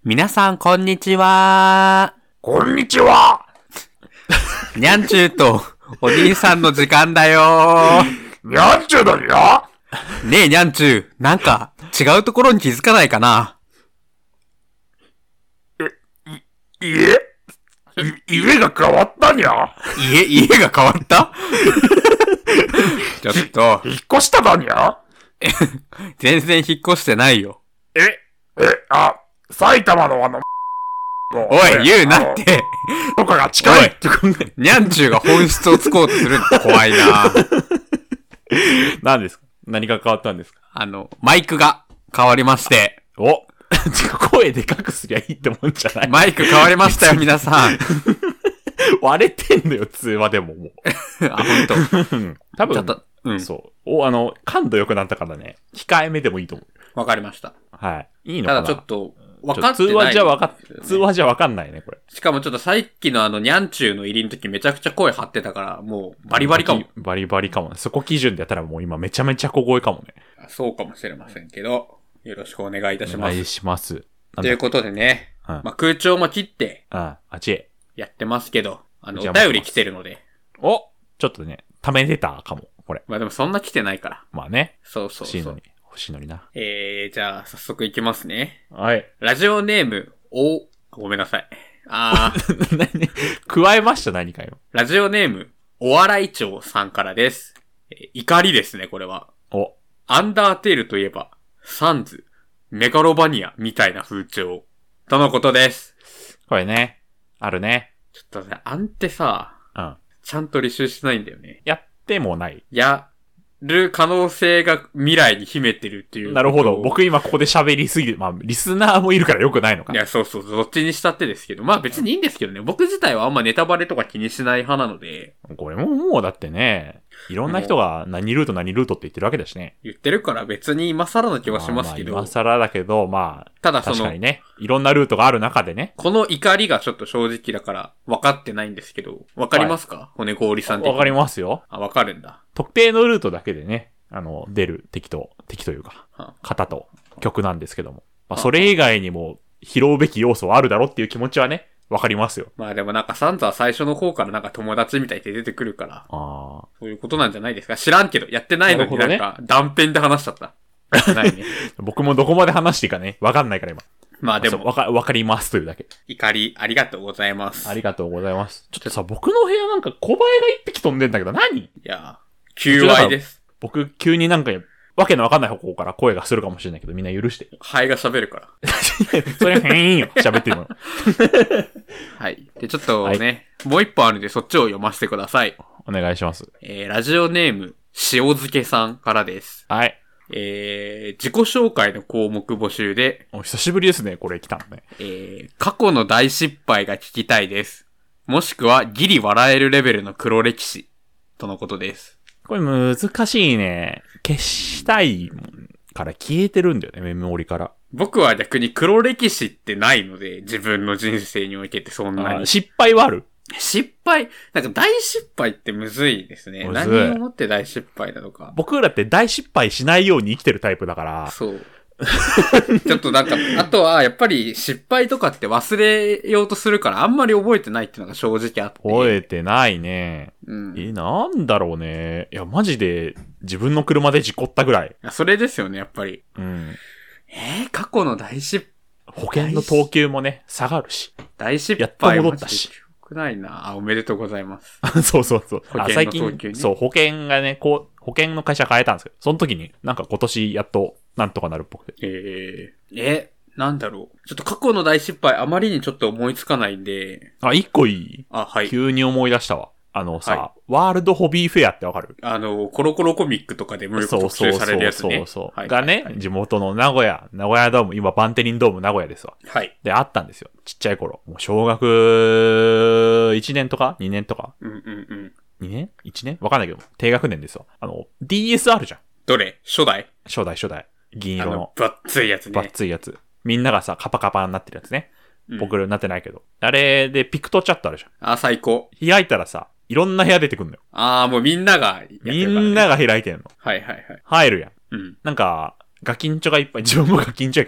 皆さん、こんにちは。 こんにちは。 にゃんちゅうと、お兄さんの時間だよ。 にゃんちゅうだよ。 ねえ、にゃんちゅう、なんか、違うところに気づかないかな。 家が変わったにゃ。 家が変わったちょっと。 引っ越しただにゃ。 全然引っ越してないよ。 埼玉のおい、言うなって。 とかが近いってことね。 にゃんちゅうが本質をつこうとするの怖いな。 何ですか？何が変わったんですか？ マイクが変わりまして。 お声でかくすりゃいいってもんじゃない？ マイク変わりましたよ、皆さん。 割れてんのよ、通話でももう。 あ、ほんと。 多分、 ちょっと、うん。 そう。感度良くなったからね、控えめでもいいと思う。 わかりました。 はい。いいのかな？ ただちょっと、分かってない、 通話じゃわかんないね、これ。 しかもちょっとさっきのにゃんちゅうの入りの時めちゃくちゃ声張ってたから、もうバリバリかも。 バリバリかもね。そこ基準でやったらもう今めちゃめちゃ小声かもね。 そうかもしれませんけど、よろしくお願いいたします。 お願いします。 ということでね、 うん空調も切って、 あっちへ。 やってますけど、おじゃあ便り来てるので。 ちょっとね、ためてたかも、これ。 まあでもそんな来てないから。 まあね。 そうそうそう。 欲しいのにな。 じゃあ早速いきますね。 はい。 ラジオネーム、ごめんなさい。 加えました何かよ。 ラジオネーム、お笑い町さんからです。怒りですね、これは。アンダーテールといえば、サンズ、メガロバニアみたいな風潮。とのことです。 これね。あるね。 ちょっとね、アンってさ、 うん。 ちゃんと履修してないんだよね。 やってもない。 やる可能性が未来に秘めてるっていう。 なるほど。僕今ここで喋りすぎる。まあ、リスナーもいるから良くないのか。 いや、そうそう、どっちにしたってですけど。まあ別にいいんですけどね。僕自体はあんまネタバレとか気にしない派なので。 これもうだってね、いろんな人が何ルートって言ってるわけだしね。 言ってるから別に今更な気はしますけど。 今更だけど、まあ、 ただ確かにね、いろんなルートがある中でね。 この怒りがちょっと正直だから分かってないんですけど。分かりますか？骨氷さん的に。 分かりますよ。 分かるんだ。 特定のルートだけでね、出る敵というか、型と曲なんですけども。まあ、それ以外にも拾うべき要素はあるだろっていう気持ちはね、わかりますよ。 まあでもなんかサンズは最初の方からなんか友達みたいで出てくるから。そういうことなんじゃないですか。知らんけど、やってないのになんか断片で話しちゃった。やってないね。 僕もどこまで話していいかね、わかんないから今。 まあでも。 わかりますというだけ。 怒り、ありがとうございます。 ありがとうございます。ちょっとさ、僕の部屋なんか小バエが一匹飛んでんだけど何？ いや、求愛です。 僕、急になんか、わけのわかんない方向から声がするかもしれないけど、みんな許して。 ハエが喋るから。 それ変よ、喋ってるの。 はい。で、ちょっとね、もう一本あるんでそっちを読ませてください。 お願いします。 ラジオネーム、塩漬けさんからです。 はい。 自己紹介の項目募集で。 お久しぶりですね、これ来たのね。 過去の大失敗が聞きたいです。もしくは、ギリ笑えるレベルの黒歴史。とのことです。 これ難しいね。消したいから消えてるんだよね、メモリから。 僕は逆に黒歴史ってないので、自分の人生においてってそんなに。 失敗はある？ 失敗なんか大失敗ってむずいですね。何をもって大失敗なのか。 僕らって大失敗しないように生きてるタイプだから。 そう。ちょっとなんか、あとはやっぱり失敗とかって忘れようとするからあんまり覚えてないっていうのが正直あって。 覚えてないね。 うん。 なんだろうね。いや、マジで自分の車で事故ったぐらい。 それですよね、やっぱり。 うん。 過去の大失敗。 保険の等級もね、下がるし。 大失敗やっと戻ったし。 少ないな。おめでとうございます。 そう。保険の等級ね。 そう、保険がね、保険の会社変えたんですけど、その時になんか今年やっとなんとかなるっぽくて。 なんだろう。ちょっと過去の大失敗あまりにちょっと思いつかないんで。 一個いい？ はい。 急に思い出したわ。 はい、 ワールドホビーフェアってわかる？ コロコロコミックとかで特集されるやつね。 そう。がね、地元の名古屋ドーム、今バンテリンドーム名古屋ですわ。 はい。 で、あったんですよ。ちっちゃい頃。もう小学1年とか ?2 年とか？2年 ?1 年わかんないけど、低学年ですわ。DS あるじゃん。 どれ？初代。 銀色の。 バッツイやつね。 バッツイやつ。みんながさ、カパカパになってるやつね。僕らなってないけど。あれでピクトチャットあるじゃん。 最高。 開いたらさ、いろんな部屋出てくんのよ。 もうみんなが、 みんなが開いてんの。 はい。 入るやん。 うん。 なんか、ガキンチョがいっぱい、自分もガキンチョやけどね。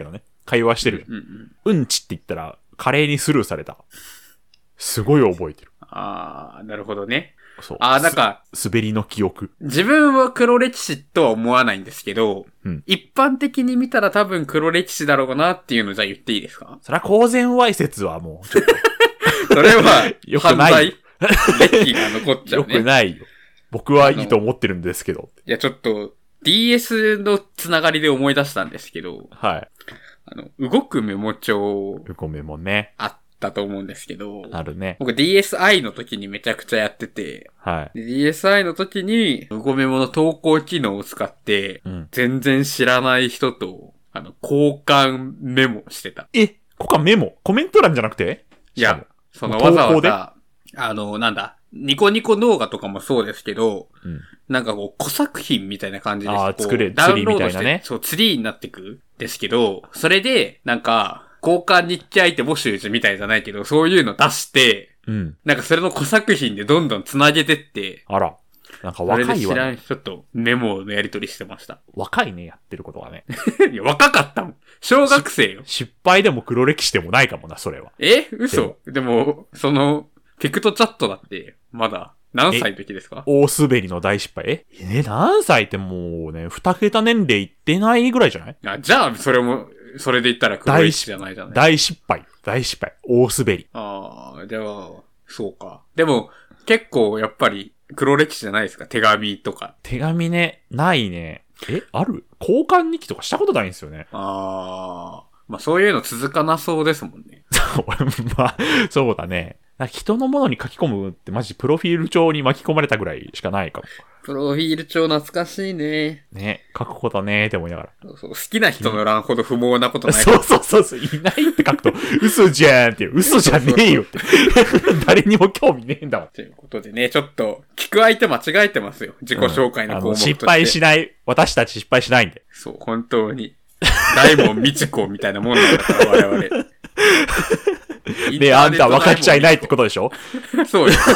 会話してる。うんちって言ったら、華麗にスルーされた。すごい覚えてる。 あー、なるほどね。 そう。 なんか、 滑りの記憶。 自分は黒歴史とは思わないんですけど、一般的に見たら多分黒歴史だろうなっていうのじゃあ言っていいですか？ それは公然わいせつはもう、ちょっと。 それは、 よくない。 犯罪歴が残っちゃうね。 よくないよ。僕はいいと思ってるんですけど。 いや、ちょっと、DS のつながりで思い出したんですけど、 はい。 動くメモ帳。 動くメモね。 あったと思うんですけど。 あるね。 僕 DSi の時にめちゃくちゃやってて。 はい。 DSi の時に、動くメモの投稿機能を使って、全然知らない人と、交換メモしてた。 交換メモ？コメント欄じゃなくて？ いや、わざわざ、なんだ、ニコニコ動画とかもそうですけど、なんかこう、小作品みたいな感じで、 作れ、 ダウンロードして、 ツリーみたいなね。 そう、ツリーになってくんですけど、それで、なんか、交換日記相手募集みたいじゃないけど、そういうの出して、なんかそれの小作品でどんどん繋げてって、 あら。なんか若いわ、ね。 それで知らん人とメモのやり取りしてました。 若いね、やってることがね。 いや、若かったもん。小学生よ。 失敗でも黒歴史でもないかもな、それは。 嘘？でも、ピクトチャットだって、まだ、何歳の時ですか？ 大滑りの大失敗。何歳ってもうね、2桁年齢いってないぐらいじゃない？ じゃあ、それで言ったら黒歴史じゃないじゃない。 大失敗。大滑り。 では、そうか。でも、結構やっぱり黒歴史じゃないですか？手紙とか。 手紙ね、ないね。ある？交換日記とかしたことないんですよね。 まあそういうの続かなそうですもんね。 まあ、そうだね。人のものに書き込むってマジプロフィール帳に巻き込まれたぐらいしかないかも。 プロフィール帳懐かしいね。 ね、書くことねーって思いながら。 そう、好きな人の欄ほど不毛なことない。 そう、いないって書くと、嘘じゃーんっていう、嘘じゃねえよって。誰にも興味ねえんだもん。 ということでね、ちょっと、聞く相手間違えてますよ。自己紹介の項目として。 失敗しない。私たち失敗しないんで。 そう、本当に。大門みちこみたいなもんなんだから、我々。 ねえ、あんた分かっちゃいないってことでしょ？ そうよ。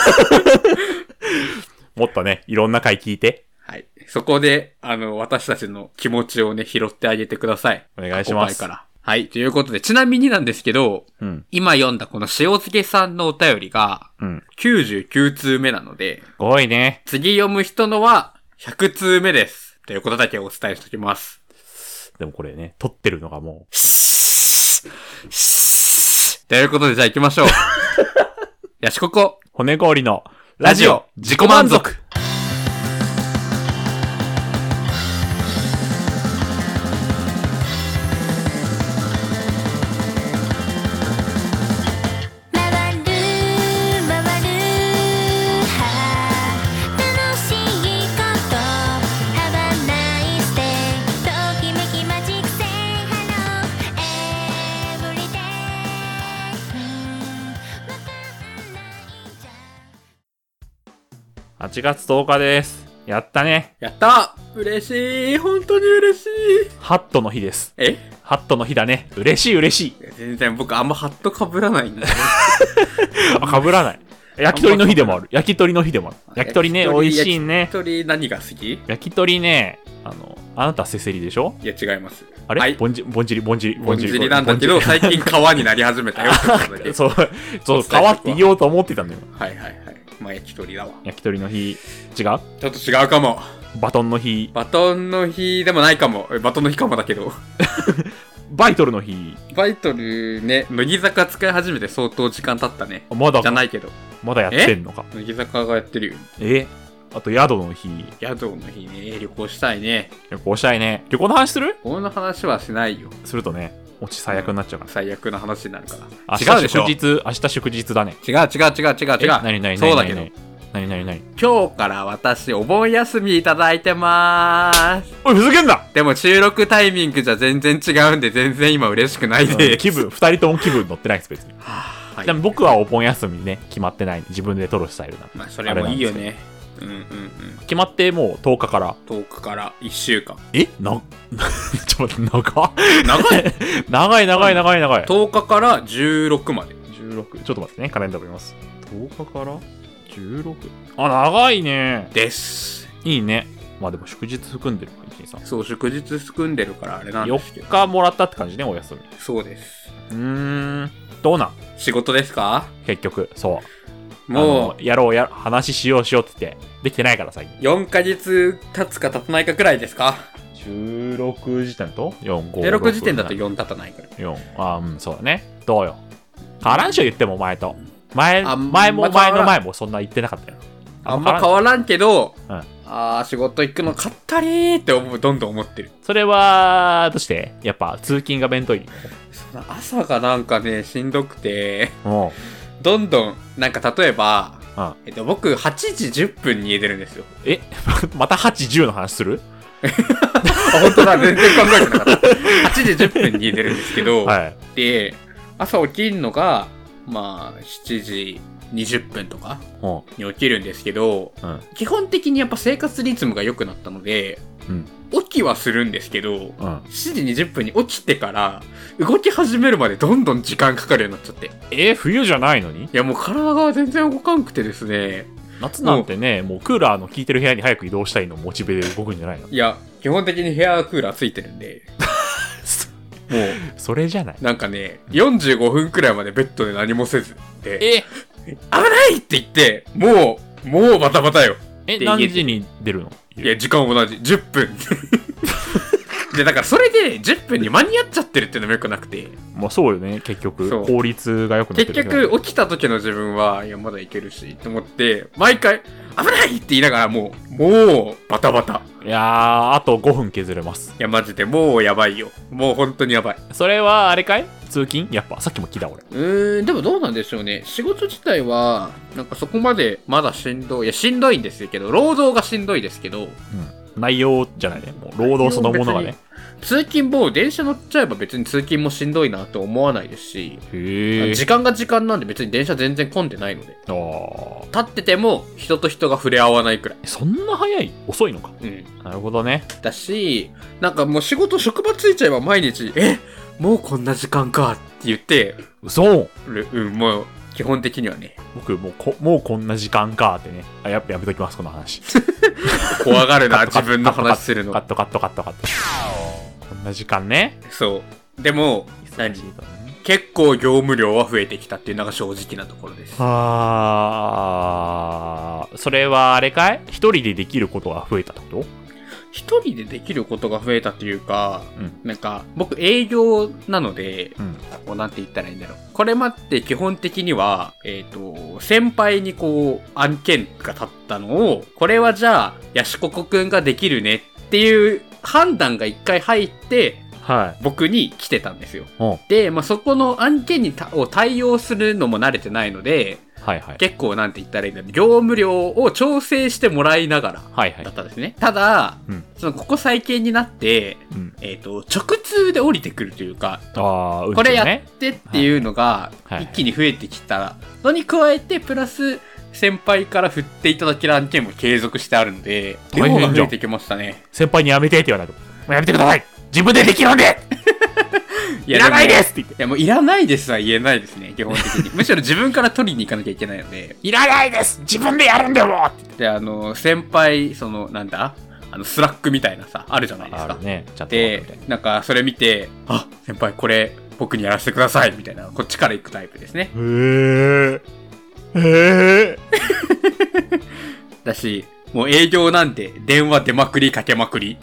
もっとね、いろんな回聞いて。 はい。そこで、私たちの気持ちをね、拾ってあげてください。 お願いします。 から。はい。ということで、ちなみになんですけど、今読んだこの塩漬けさんのお便りが、99通目なので、 すごいね。 次読む人のは100通目です。ということだけお伝えしておきます。 でもこれね、撮ってるのがもう。 ということで、じゃあ行きましょう。やしここ。 骨氷のラジオ自己満足。8月10日です。やったね。 やった嬉しい本当に嬉しいハットの日です。ハットの日だね。嬉しい。 全然僕あんまハット被らないんだよね。 被らない。焼き鳥の日でもある。焼き鳥の日でもある。焼き鳥ね、美味しいね。 焼き鳥何が好き？ 焼き鳥ね、あなたせせりでしょ？ いや違います。 あれ、はい、ぼんじりなんだけど、最近川になり始めたよって。 そう、川って言おうと思ってたんだよ。 はい。まあ焼き鳥だわ。 焼き鳥の日、違う？ ちょっと違うかも。 バトンの日。 バトンの日でもないかも。バトンの日かもだけど。 バイトルの日。 バイトルね、乃木坂使い始めて相当時間経ったね。 まだじゃないけど。 まだやってんのか。 乃木坂がやってるよ。 あと、宿の日。 宿の日ね、旅行したいね。 旅行の話する？ 旅行の話はしないよ。 するとね、オチ最悪になっちゃうから。 最悪な話になるから。 違うでしょ？明日祝日だね。 違う。 何そうだけど。 何今日から私お盆休みいただいてまーす。 おい、ふざけんな！ でも収録タイミングじゃ全然違うんで全然今嬉しくないです。 二人とも気分乗ってないです、別に。でも僕はお盆休みね、決まってないんで自分で撮るスタイルな。 まあそれもいいよね。 決まってもう10日から。 10日から1週間。 ちょっと待って、長い。 10日から16まで。 16。ちょっと待ってね、カレンダー見ます。10日から16。あ、長いね。 です。 いいね。 まあでも祝日含んでるか、1、2、3。 そう、祝日含んでるからあれなんですけど。 4日もらったって感じね、お休み。 そうです。 どうなん仕事ですか？ 結局、そう。 もう、話しようって言って、できてないから最近。 4ヶ月経つか経たないかくらいですか ？16時点と ?4、5、 16時点だと4経たないから。 4、そうだね。どうよ。変わらんしょ言っても前と。前の前もそんな言ってなかったよ。 あんま変わらんけど、 うん、 仕事行くのかったりーってどんどん思ってる。 それは、どうしてやっぱ通勤が弁当いい朝がなんかね、しんどくて、どんどん、なんか例えば、僕8時10分に家出るんですよ。 また8、10の話する本当だ、全然考えてなかった。8時10分に家出るんですけど、 はい、 で、朝起きるのが、まあ、7時20分とかに起きるんですけど、基本的にやっぱ生活リズムが良くなったので、起きはするんですけど、7時20分に起きてから動き始めるまでどんどん時間かかるようになっちゃって。 冬じゃないのに？ いやもう体が全然動かんくてですね。 夏なんてね、もうクーラーの効いてる部屋に早く移動したいのモチベで動くんじゃないの？ いや、基本的に部屋クーラーついてるんで。もう、 それじゃない。 なんかね、45分くらいまでベッドで何もせずで、危ないって言って、もうバタバタよ。 何時に出るの？ いや、時間同じ。10分。で、だからそれで10分に間に合っちゃってるっていうのも良くなくて。 まあそうよね、結局。効率が良くなってる。 結局、起きた時の自分は、いや、まだいけるし、と思って、毎回、危ないって言いながらもう、バタバタ。 いやー、あと5分削れます。 いや、マジで、もうやばいよ。もう本当にやばい。 それは、あれかい？通勤？やっぱ、さっきも聞いた俺。 でもどうなんでしょうね。仕事自体は、なんかそこまで、まだしんどい。いや、しんどいんですけど、労働がしんどいですけど。 内容じゃないね。もう、労働そのものがね。 通勤も電車乗っちゃえば別に通勤もしんどいなと思わないですし、時間が時間なんで別に電車全然混んでないので、立ってても人と人が触れ合わないくらい。 そんな早い？遅いのか。なるほどね。 だし、なんかもう職場ついちゃえば毎日、もうこんな時間かって言って、 嘘。 もう基本的にはね。 僕もうこんな時間かってね。やっぱやめときます、この話。 怖がるな、自分の話するの。 カット。こんな時間ね。 そう。でも、結構業務量は増えてきたっていうのが正直なところです。 それはあれかい？一人でできることが増えたってこと？ 一人でできることが増えたっていうか、なんか、僕営業なので、なんて言ったらいいんだろう。これまで基本的には、先輩に案件が立ったのを、これはじゃあ、ヤシココくんができるねっていう判断が一回入って、僕に来てたんですよ。で、そこの案件を対応するのも慣れてないので、結構なんて言ったらいいんだろう、業務量を調整してもらいながらだったんですね。ただ、ここ最近になって、直通で降りてくるというか、これやってっていうのが一気に増えてきたのに加えて、プラス先輩から振っていただける案件も継続してあるので、量が増えてきましたね。 先輩にやめてって言わないと。もうやめてください、自分でできるんでいらないですって言って。 いやもういらないですは言えないですね、基本的に。むしろ自分から取りに行かなきゃいけないので。 いらないです、自分でやるんだよって言って。で、先輩、なんだスラックみたいなさ、あるじゃないですか。 あるね。ちゃんと。 で、なんかそれ見て、先輩これ僕にやらせてくださいみたいな、こっちから行くタイプですね。だし、もう営業なんて電話出まくりかけまくり。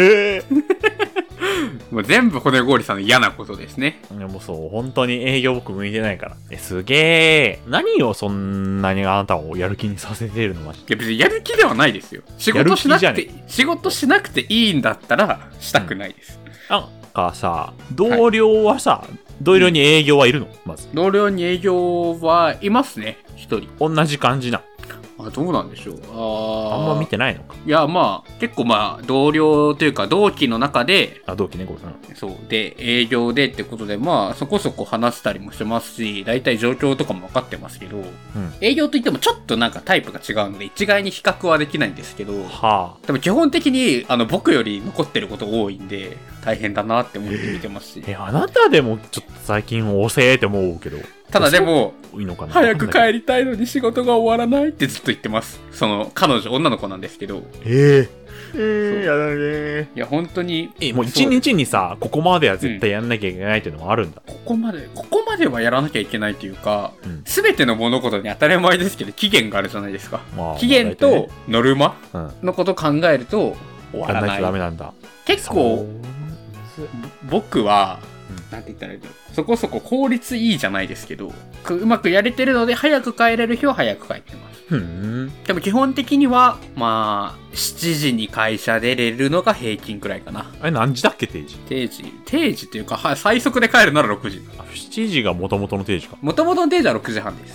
もう全部骨氷さんの嫌なことですね。 いやもうそう、本当に営業僕向いてないから。すげえ。何をそんなにあなたをやる気にさせてるのマジで。 いや別にやる気ではないですよ。仕事しなくていいんだったらしたくないです。 なんかさ、同僚はさ、同僚に営業はいるの？まず。 同僚に営業はいますね、一人。 同じ感じな。 どうなんでしょう。 あんま見てないのか。 いや、結構同僚というか同期の中で。 同期ね、これ。 そう。で、営業でってことで、そこそこ話したりもしてますし、大体状況とかも分かってますけど、営業といってもちょっとなんかタイプが違うので、一概に比較はできないんですけど、でも基本的に、僕より残ってること多いんで、 大変だなって思って見てますし。 あなたでもちょっと最近遅えって思うけど。 ただでも、 いいのかな、 早く帰りたいのに仕事が終わらないってずっと言ってます。その、彼女、女の子なんですけど。 やだね。 いや、本当に。 もう一日にさ、ここまでは絶対やんなきゃいけないっていうのもあるんだ。 ここまではやらなきゃいけないというか、すべての物事に当たり前ですけど、期限があるじゃないですか。期限とノルマのこと考えると、終わらない。 やんないとダメなんだ。 結構、僕は、なんて言ったらいいの？そこそこ効率いいじゃないですけど、うまくやれてるので、早く帰れる日は早く帰ってます。でも基本的には、まあ、7時に会社出れるのが平均くらいかな。 何時だっけ、定時っていうか、最速で帰るなら6時。 7時が元々の定時か。 元々の定時は6時半です。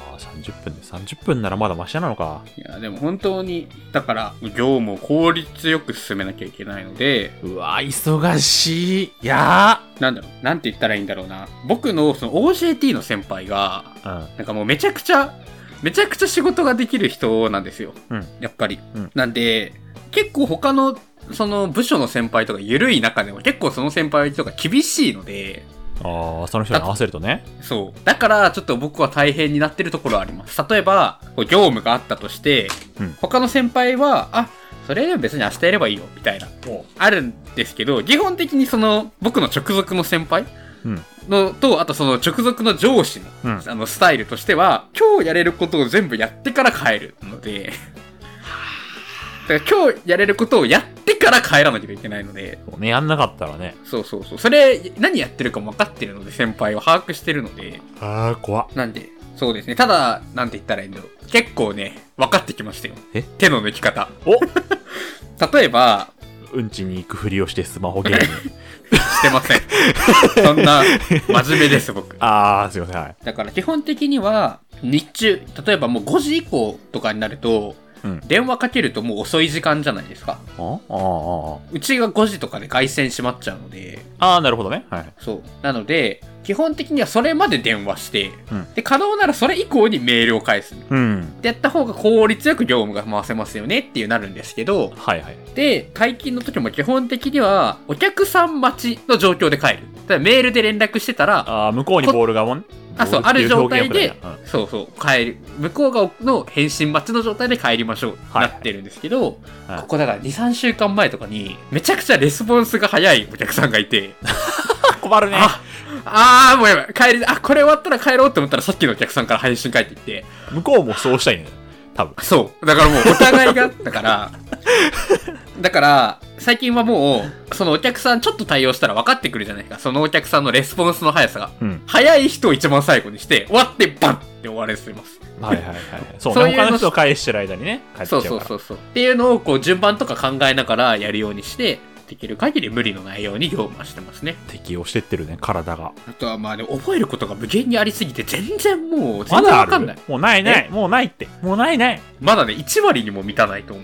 30分で。30分ならまだマシなのか。 いや、でも本当に、だから、業務を効率よく進めなきゃいけないので。 うわ、忙しい。なんて言ったらいいんだろうな。僕のその OJT の先輩が、なんかもうめちゃくちゃ仕事ができる人なんですよ。やっぱり。なんで、結構他の、その部署の先輩とか緩い中でも結構その先輩とか厳しいので、 その人に合わせるとね。 そう。だから、ちょっと僕は大変になってるところはあります。例えば、業務があったとして、他の先輩は、それでも別に明日やればいいよ、みたいな、あるんですけど、基本的にその、僕の直属の先輩と、あとその直属の上司の、スタイルとしては、今日やれることを全部やってから帰るので、だから今日やれることをやってから帰らなきゃいけないので。 そうね、やんなかったらね。 そう。それ、何やってるかも分かってるので、先輩は把握してるので。 怖っ。 なんで、そうですね。ただ、なんて言ったらいいんだろう。結構ね、分かってきましたよ。手の抜き方。例えば、 うんちに行くふりをしてスマホゲーム。 してません。そんな、真面目です、僕。 すいません。はい。だから基本的には、日中、例えばもう5時以降とかになると、電話かけるともう遅い時間じゃないですか。うちが5時とかで外線閉まっちゃうので。 なるほどね。はい。 そう。なので、基本的にはそれまで電話して、で、可能ならそれ以降にメールを返す。でやった方が効率よく業務が回せますよねっていうなるんですけど、で、退勤の時も基本的には、お客さん待ちの状況で帰る。だからメールで連絡してたら、 向こうにボールがある状態で、帰る。向こう側の返信待ちの状態で帰りましょう。なってるんですけど、ここだから2、3週間前とかに、めちゃくちゃレスポンスが早いお客さんがいて、 困るね。 もうやばい。これ終わったら帰ろうって思ったらさっきのお客さんから返信返ってきて。 向こうもそうしたいね。多分。 そう。だからもうお互いが、だから、最近はもう、そのお客さんちょっと対応したら分かってくるじゃないか。そのお客さんのレスポンスの速さが。早い人を一番最後にして、終わってバンって終わらせます。 そうね。他の人を返してる間にね、帰っちゃうから。 そう。っていうのをこう順番とか考えながらやるようにして、できる限り無理のないように業務はしてますね。 適応してってるね、体が。 あとはでも覚えることが無限にありすぎて全然わかんない。 もうない。もうないって。もうない。 まだね、1割にも満たないと思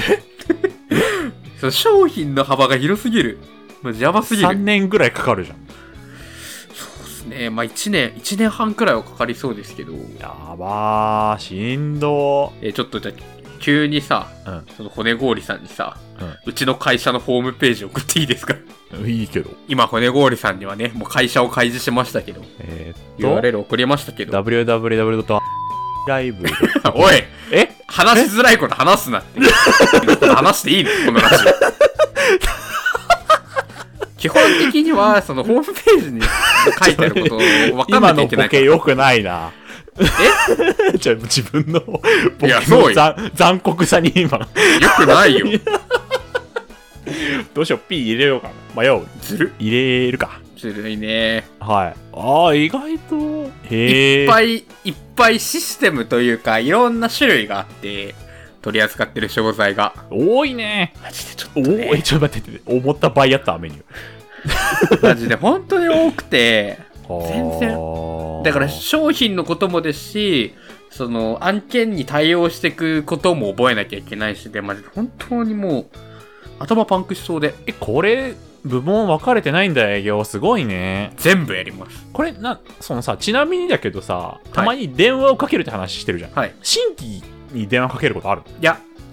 う。商品の幅が広すぎる。やばすぎる。 3年ぐらいかかるじゃん。 そうですね。1年半くらいはかかりそうですけど。 やばー、しんどー。ちょっとじゃ急にさ、その骨氷さんにさ、うちの会社のホームページ送っていいですか？ いいけど。 今、骨氷さんにはね、もう会社を開示しましたけど。URL 送りましたけど。 www. ライブ。 おい話しづらいこと話すなって。話していいのこのラジオ。基本的には、そのホームページに書いてあることを分かんなきゃいけない。 今のボケ良くないな。じゃあ自分のボケの残酷さに今。 よくないよ。 どうしよう、P 入れようかな。迷う。入れるか。 ずるいね。 意外と。 いっぱいシステムというか、いろんな種類があって、取り扱ってる商材が。 多いね。 マジでちょっと、ね。 ちょっと待って。思った倍やった、メニュー。マジで本当に多くて、全然。だから商品のこともですし、その案件に対応していくことも覚えなきゃいけないしで、マジで本当にもう、頭パンクしそうで。 これ、部門分かれてないんだ営業。すごいね。 全部やります。 これそのさ、ちなみにだけどさ、たまに電話をかけるって話してるじゃん。新規に電話かけることある？ いや、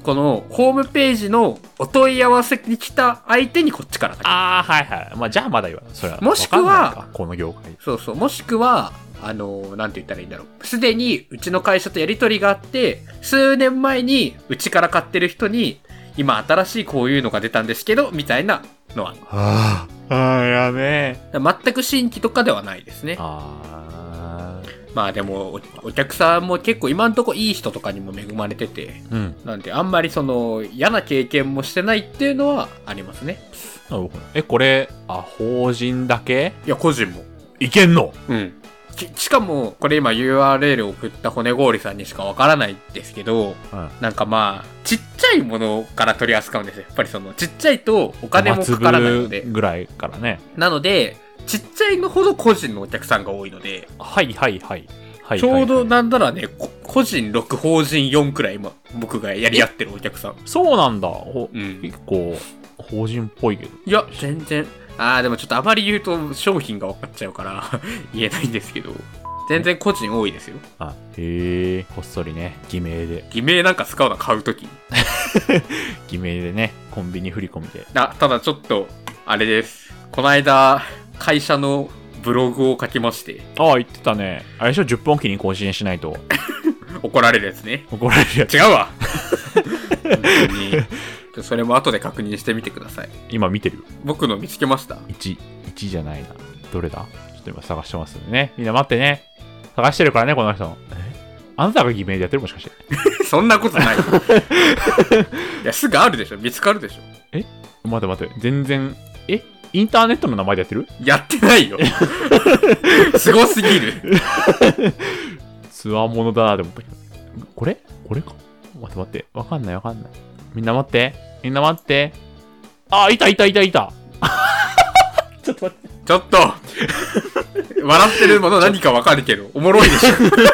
このホームページのお問い合わせに来た相手にこっちから書きます。 ああ、はいはい。まあ、じゃあまだいいわ。それは。 もしくはわかんないかこの業界。 そうそう。もしくは、なんて言ったらいいんだろう。すでにうちの会社とやりとりがあって、数年前にうちから買ってる人に、今新しいこういうのが出たんですけど、みたいなのは。 はあ、やべえ。 全く新規とかではないですね。まあでもお客さんも結構今んとこいい人とかにも恵まれてて、なんであんまりその嫌な経験もしてないっていうのはありますね。 なるほど。これ、法人だけ？ いや、個人も。 いけんの？ しかも、これ今 URL を送った骨氷さんにしかわからないんですけど、なんかまあ、ちっちゃいものから取り扱うんですよ。やっぱりその、ちっちゃいとお金もかからないので。 ぐらいからね。 なので、ちっちゃいのほど個人のお客さんが多いので。 はい。 ちょうどなんだらね、個人6、法人4くらい今、僕がやり合ってるお客さん。 そうなんだ。結構、法人っぽいけど。 いや、全然。でもちょっとあまり言うと商品が分かっちゃうから言えないんですけど、全然個人多いですよ。 へえ、こっそりね、偽名で。 偽名なんか使うの買うときに。 偽名でね、コンビニ振り込みで。 ただちょっと、あれです。この間、会社のブログを書きまして。 言ってたね。あれでしょ、10分おきに更新しないと。 怒られるやつね。 怒られるやつ。 違うわ本当に。それも後で確認してみてください。 今見てる？ 僕の見つけました。 1じゃないな。どれだ？ちょっと今探してますんでね。みんな待ってね。探してるからね、この人。あなたが偽名でやってるもしかして。 そんなことない。いや、すぐあるでしょ。見つかるでしょ。 待って。全然、インターネットの名前でやってる？ やってないよ。すごすぎる。 つわものだな、でも。これか。待って。わかんない。みんな待って。いた。ちょっと待って。 ちょっと笑ってるもの何かわかるけど、おもろいでしょ。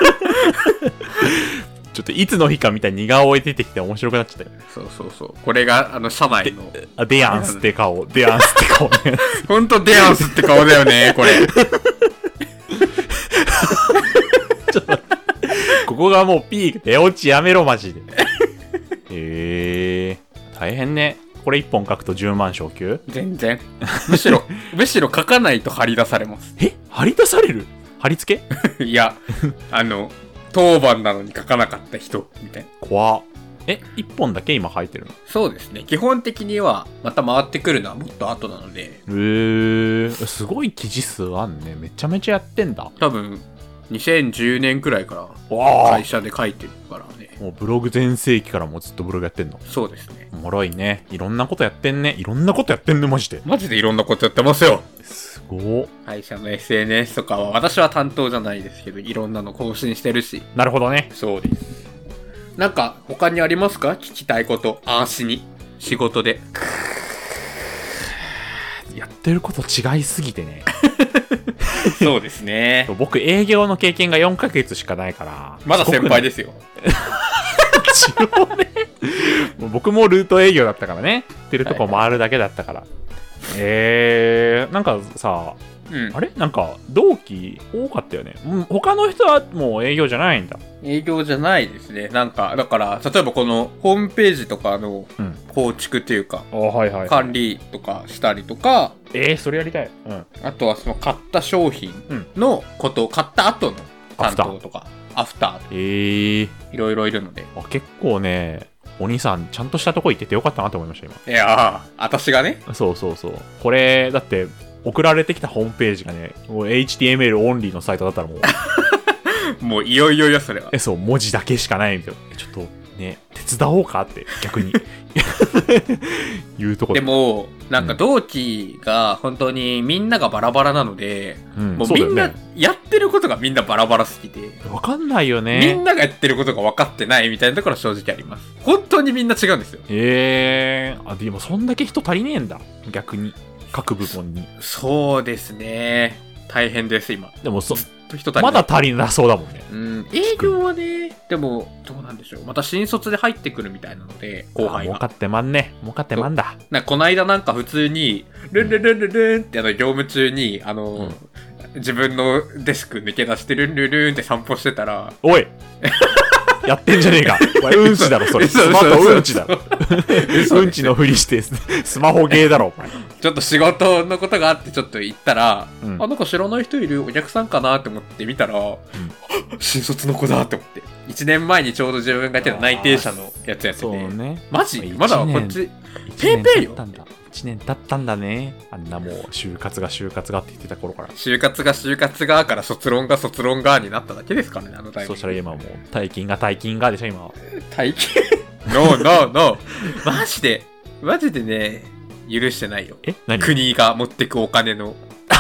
ちょっといつの日かみたいに似顔絵出てきて面白くなっちゃったよ。 そう。これが、社内の。 デアンスって顔ね。 ほんとデアンスって顔だよね、これ。 ちょっと待って。ここがもうピーク。出落ちやめろ、マジで。大変ね。これ1本書くと10万昇給？ 全然。むしろ書かないと張り出されます。 張り出される？貼り付け？いや、当番なのに書かなかった人、みたいな。 怖っ。1本だけ今書いてるの？ そうですね。基本的には、また回ってくるのはもっと後なので。 すごい記事数あんね。めちゃめちゃやってんだ。 多分、2010年くらいから会社で書いてるからね。 もうブログ全盛期からもうずっとブログやってんの？ そうですね。 おもろいね。いろんなことやってんね、マジで。 マジでいろんなことやってますよ。 すごー。 会社の SNS とかは私は担当じゃないですけど、いろんなの更新してるし。 なるほどね。 そうです。なんか他にありますか？聞きたいこと。仕事で。 やってること違いすぎてね。 そうですね。 僕営業の経験が4ヶ月しかないから。 まだ先輩ですよ。 一応ね。僕もルート営業だったからね。ってるとこ回るだけだったから。なんかさ、あれなんか同期多かったよね。他の人はもう営業じゃないんだ。 営業じゃないですね。なんか、だから、例えばこのホームページとかの構築っていうか、管理とかしたりとか、 それやりたい。 あとはその買った商品のことを買った後の担当とか、アフターとか、いろいろいるので。 結構ね、お兄さんちゃんとしたとこ行っててよかったなと思いました今。 いやー、私がね。 そう。これだって送られてきたホームページがね、もう HTML オンリーのサイトだったらもうもういよいよよそれは。 そう、文字だけしかないんですよ。ちょっとね、手伝おうかって逆に言うところ。 でもなんか同期が本当にみんながバラバラなので、もうみんなやってることがみんなバラバラすぎてわかんないよね。 みんながやってることが分かってないみたいなところは正直あります。本当にみんな違うんですよ。 でもそんだけ人足りねえんだ逆に各部門に。 そうですね、大変です今。でもずっと人足りない。 まだ足りなそうだもんね。 営業はね、でもどうなんでしょう。また新卒で入ってくるみたいなので、後輩が。 儲かってまんね。儲かってまんだ。 この間なんか普通にルンルンルンルンルンって業務中に自分のデスク抜け出してルンルンルンって散歩してたら、 おいやってんじゃねえか。お前うんちだろ、それ。スマートうんちだろ。うんちのふりしてスマホゲーだろ、お前。 ちょっと仕事のことがあってちょっと行ったら、なんか知らない人いるお客さんかなって思って見たら、新卒の子だって思って。1年前にちょうど自分がやってた内定者のやつやってて。 そうね。 マジまだこっち、ペイペイよ。 1年経ったんだね。あんなもう、就活がって言ってた頃から。 就活がから卒論がになっただけですからね、あのタイミング。 そしたら今もう、大金がでしょ、今は。 大金ノー。マジでね、許してないよ。 何？ 国が持ってくお金の。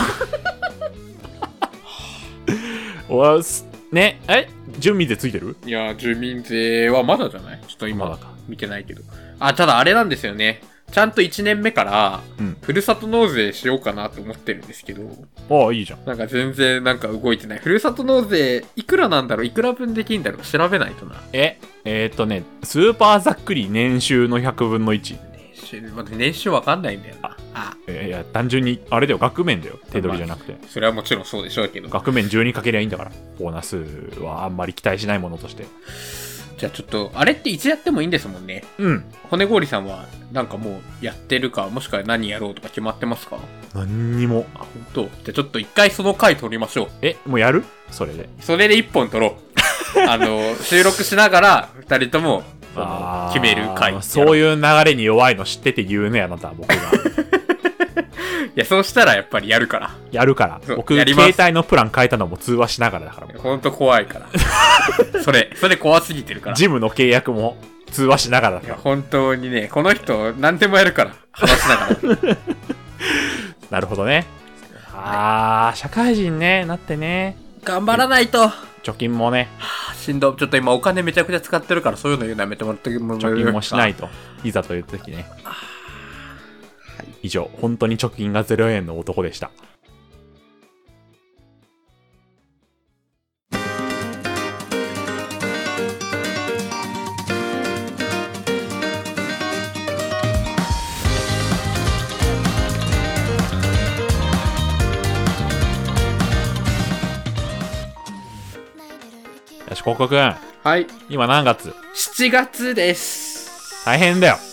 ね、住民税ついてる？ いや、住民税はまだじゃない？ちょっと今、見てないけど。ただあれなんですよね。ちゃんと1年目から、ふるさと納税しようかなと思ってるんですけど。 いいじゃん。 なんか全然動いてない。ふるさと納税、いくらなんだろう？いくら分できんだろう？調べないとな。 スーパーざっくり年収の100分の1。 年収わかんないんだよな。 いや、単純に、あれだよ、額面だよ。手取りじゃなくて。 それはもちろんそうでしょうけど。 額面12かけりゃいいんだから。ボーナスはあんまり期待しないものとして。 じゃあちょっと、あれっていつやってもいいんですもんね。骨氷さんは、なんかもうやってるか、もしくは何やろうとか決まってますか？ 何にも。 本当？じゃあちょっと一回その回撮りましょう。もうやる？それで一本撮ろう。収録しながら、二人とも、決める回。 そういう流れに弱いの知ってて言うね、あなた、僕が。 いや、そうしたらやっぱりやるから。 僕、携帯のプラン変えたのも通話しながらだから。 ほんと怖いから。それ怖すぎてるから。 ジムの契約も通話しながらだから。 本当にね、この人何でもやるから。話しながら。 なるほどね。社会人ね、なってね。 頑張らないと。 貯金もね。 しんど。ちょっと今お金めちゃくちゃ使ってるからそういうの言うのやめてもらっても貯金もしないと。いざという時ね。以上、本当に貯金が0円の男でした。よし、ココくん。 はい。 今何月？ 7月です。 大変だよ。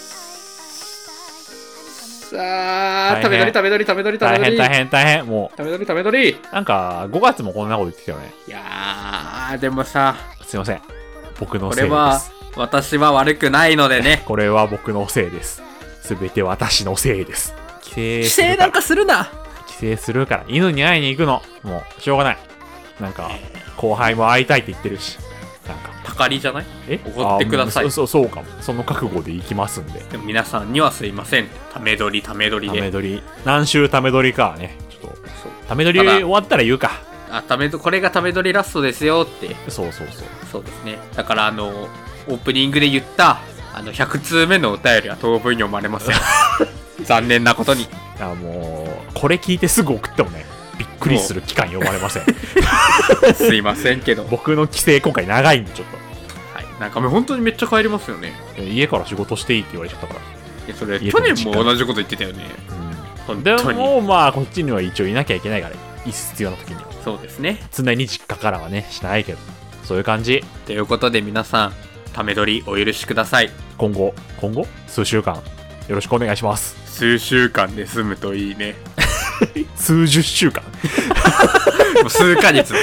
さあ、食べ取り。 大変。もう。 食べ取り。 なんか、5月もこんなこと言ってきたよね。 いやー、でもさ。 すいません。僕のせいです。 これは、私は悪くないのでね。 これは僕のせいです。すべて私のせいです。 帰省なんかするな。 帰省するから。犬に会いに行くの。もう、しょうがない。なんか、後輩も会いたいって言ってるし。なんか。 たかりじゃない？おごってください。 そうかも。その覚悟で行きますんで。 でも皆さんにはすいません。ため取りで。 何週ため取りかね。ちょっと、ため取り終わったら言うか。 これがため取りラストですよって。 そう。 そうですね。だからオープニングで言った、100通目のお便りは当分読まれません。残念なことに。 もう、これ聞いてすぐ送ってもね、びっくりする期間読まれません。 すいませんけど。 僕の帰省今回長いんでちょっと。 なんか本当にめっちゃ帰りますよね。 家から仕事していいって言われちゃったから。 いや、それ、去年も同じこと言ってたよね。 でも、まあ、こっちには一応いなきゃいけないから、必要な時には。 そうですね。 常に実家からはね、しないけど。そういう感じ。 ということで皆さん、ため取りお許しください。 今後数週間、よろしくお願いします。 数週間で済むといいね。 数十週間もう数ヶ月。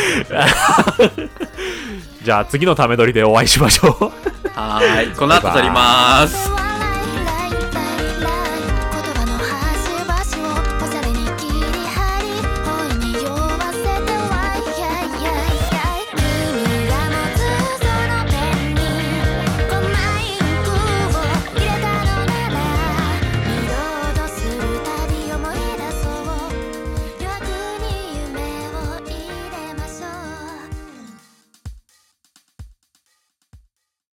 じゃあ次のため撮りでお会いしましょう。 はい、この後撮ります。